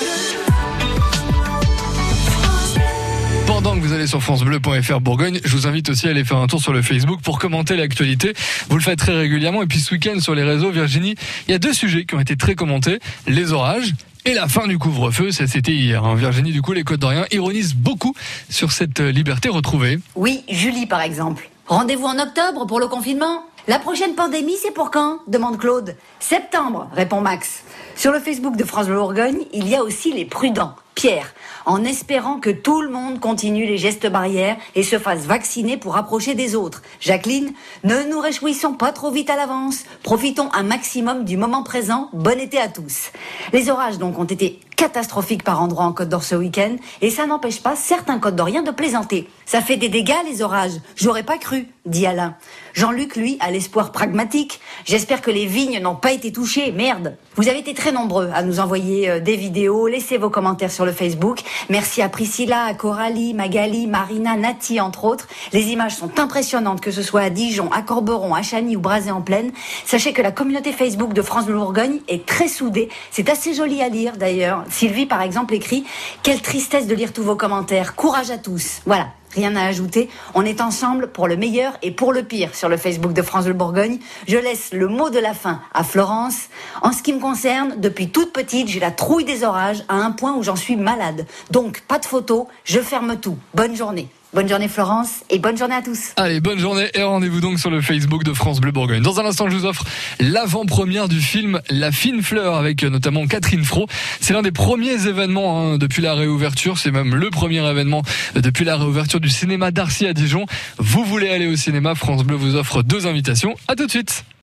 Pendant que vous allez sur francebleu.fr Bourgogne, je vous invite aussi à aller faire un tour sur le Facebook pour commenter l'actualité. Vous le faites très régulièrement. Et puis ce week-end sur les réseaux, Virginie, il y a 2 sujets qui ont été très commentés. Les orages et la fin du couvre-feu. Ça, c'était hier. Virginie, du coup, les Côtes d'Orient ironisent beaucoup sur cette liberté retrouvée. Oui, Julie par exemple. Rendez-vous en octobre pour le confinement. La prochaine pandémie, c'est pour quand ? Demande Claude. Septembre, répond Max. Sur le Facebook de France Bleu Bourgogne, il y a aussi les prudents. Pierre, en espérant que tout le monde continue les gestes barrières et se fasse vacciner pour approcher des autres. Jacqueline, ne nous réjouissons pas trop vite à l'avance. Profitons un maximum du moment présent. Bon été à tous. Les orages donc ont été catastrophiques par endroits en Côte d'Or ce week-end et ça n'empêche pas certains Côtes d'Oriens de plaisanter. Ça fait des dégâts les orages. J'aurais pas cru, dit Alain. Jean-Luc, lui, a l'espoir pragmatique. J'espère que les vignes n'ont pas été touchées. Merde. Vous avez été très nombreux à nous envoyer des vidéos. Laissez vos commentaires sur le Facebook. Merci à Priscilla, à Coralie, Magali, Marina, Nati, entre autres. Les images sont impressionnantes, que ce soit à Dijon, à Corberon, à Chagny ou Brazé-en-Plaine. Sachez que la communauté Facebook de France Bleu Bourgogne est très soudée. C'est assez joli à lire d'ailleurs. Sylvie, par exemple, écrit « Quelle tristesse de lire tous vos commentaires. Courage à tous ». Voilà. Rien à ajouter, on est ensemble pour le meilleur et pour le pire sur le Facebook de France Bleu Bourgogne. Je laisse le mot de la fin à Florence. En ce qui me concerne, depuis toute petite, j'ai la trouille des orages à un point où j'en suis malade. Donc, pas de photos, je ferme tout. Bonne journée. Bonne journée Florence et bonne journée à tous. Allez, bonne journée et rendez-vous donc sur le Facebook de France Bleu Bourgogne. Dans un instant, je vous offre l'avant-première du film La Fine Fleur avec notamment Catherine Fro. C'est l'un des premiers événements depuis la réouverture. C'est même le premier événement depuis la réouverture du cinéma d'Arcy à Dijon. Vous voulez aller au cinéma, France Bleu vous offre 2 invitations. À tout de suite.